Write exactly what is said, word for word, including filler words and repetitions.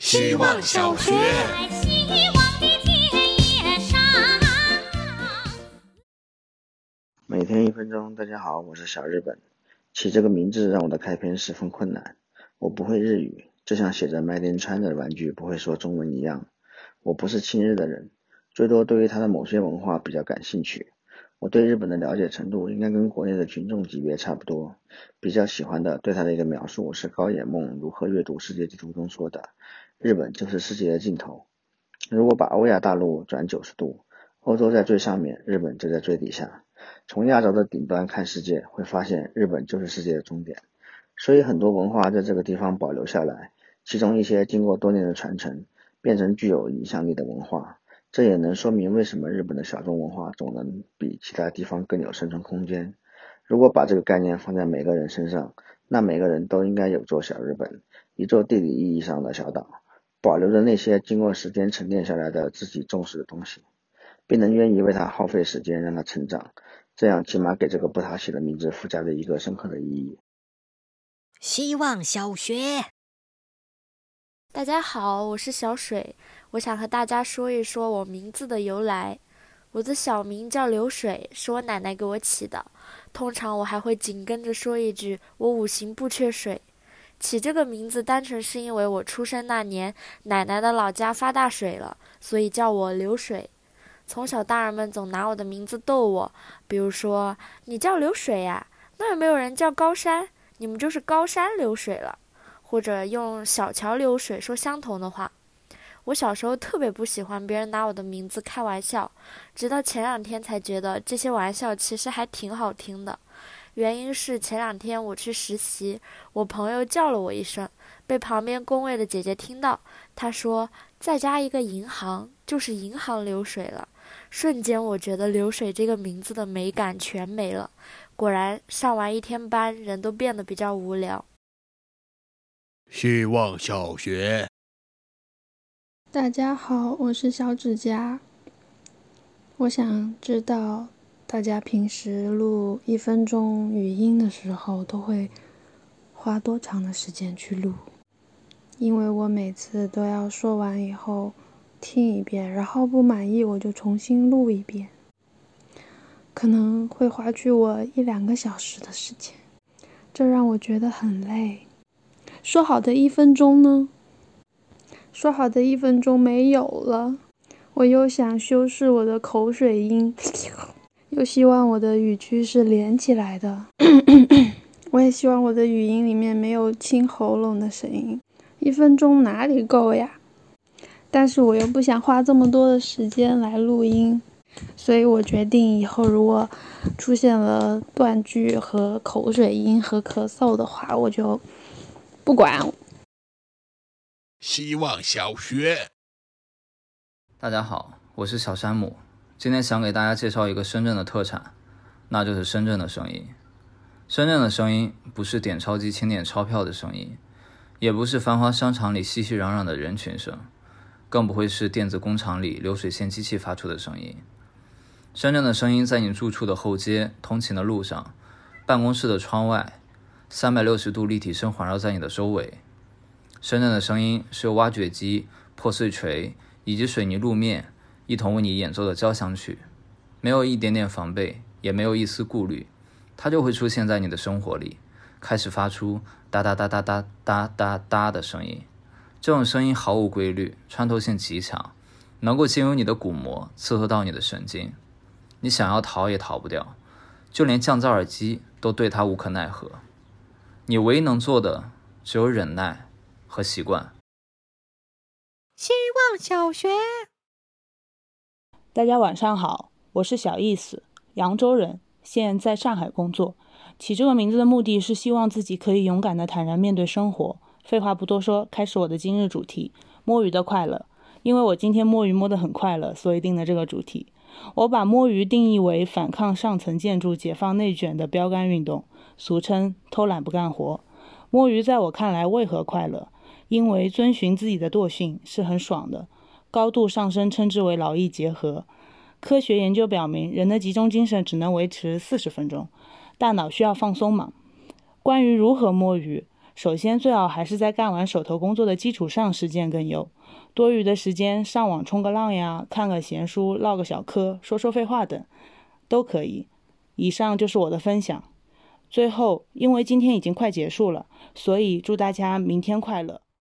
希望小学。 每天一分钟，大家好，我是小日本。起这个名字让我的开篇十分困难，我不会日语，就像写着麦田川的玩具不会说中文一样。我不是亲日的人，最多对于他的某些文化比较感兴趣。我对日本的了解程度应该跟国内的群众级别差不多。比较喜欢的对他的一个描述是高野梦如何阅读世界地图中说的，日本就是世界的尽头。如果把欧亚大陆转九十度，欧洲在最上面，日本就在最底下。从亚洲的顶端看世界，会发现日本就是世界的终点。所以很多文化在这个地方保留下来，其中一些经过多年的传承，变成具有影响力的文化。这也能说明为什么日本的小众文化总能比其他地方更有生存空间。如果把这个概念放在每个人身上，那每个人都应该有座小日本，一座地理意义上的小岛，保留着那些经过时间沉淀下来的自己重视的东西，并能愿意为它耗费时间让它成长，这样起码给这个不讨喜的名字附加了一个深刻的意义。 希望小学。 大家好，我是小水，我想和大家说一说我名字的由来。我的小名叫流水，是我奶奶给我起的，通常我还会紧跟着说一句我五行不缺水。起这个名字单纯是因为我出生那年奶奶的老家发大水了，所以叫我流水。从小大人们总拿我的名字逗我，比如说你叫流水呀、啊，那有没有人叫高山？你们就是高山流水了。或者用小桥流水说相同的话。我小时候特别不喜欢别人拿我的名字开玩笑，直到前两天才觉得这些玩笑其实还挺好听的。原因是前两天我去实习，我朋友叫了我一声，被旁边工位的姐姐听到，她说再加一个银行就是银行流水了。瞬间我觉得流水这个名字的美感全没了。果然上完一天班，人都变得比较无聊。 希望小学。 大家好，我是小指甲。我想知道大家平时录一分钟语音的时候都会花多长的时间去录，因为我每次都要说完以后听一遍，然后不满意我就重新录一遍，可能会花去我一两个小时的时间，这让我觉得很累。说好的一分钟呢？说好的一分钟没有了，我又想修饰我的口水音，又希望我的语句是连起来的，我也希望我的语音里面没有清喉咙的声音，一分钟哪里够呀？但是我又不想花这么多的时间来录音，所以我决定以后如果出现了断句和口水音和咳嗽的话，我就不管。 希望小学。 大家好，我是小山姆，今天想给大家介绍一个深圳的特产，那就是深圳的声音。深圳的声音不是点钞机清点钞票的声音，也不是繁华商场里熙熙攘攘的人群声，更不会是电子工厂里流水线机器发出的声音。深圳的声音在你住处的后街、通勤的路上、办公室的窗外，三百六十度立体声环绕在你的周围。深圳的声音是由挖掘机、破碎锤以及水泥路面一同为你演奏的交响曲，没有一点点防备，也没有一丝顾虑，它就会出现在你的生活里，开始发出哒哒哒哒哒哒哒哒的声音。这种声音毫无规律，穿透性极强，能够经由你的鼓膜刺透到你的神经，你想要逃也逃不掉，就连降噪耳机都对它无可奈何。你唯一能做的只有忍耐和习惯。 希望小学。 大家晚上好，我是小意思，扬州人，现在在上海工作。起这个名字的目的是希望自己可以勇敢地坦然面对生活。废话不多说，开始我的今日主题，摸鱼的快乐。因为我今天摸鱼摸得很快乐，所以定了这个主题。我把摸鱼定义为反抗上层建筑、解放内卷的标杆运动，俗称偷懒不干活。摸鱼在我看来为何快乐？因为遵循自己的惰性是很爽的，高度上升称之为劳逸结合。科学研究表明，人的集中精神只能维持四十分钟，大脑需要放松嘛。关于如何摸鱼， 首先最好还是在干完手头工作的基础上实践更优，多余的时间上网冲个浪呀，看个闲书，唠个小嗑，说说废话等都可以。以上就是我的分享。最后，因为今天已经快结束了，所以祝大家明天快乐。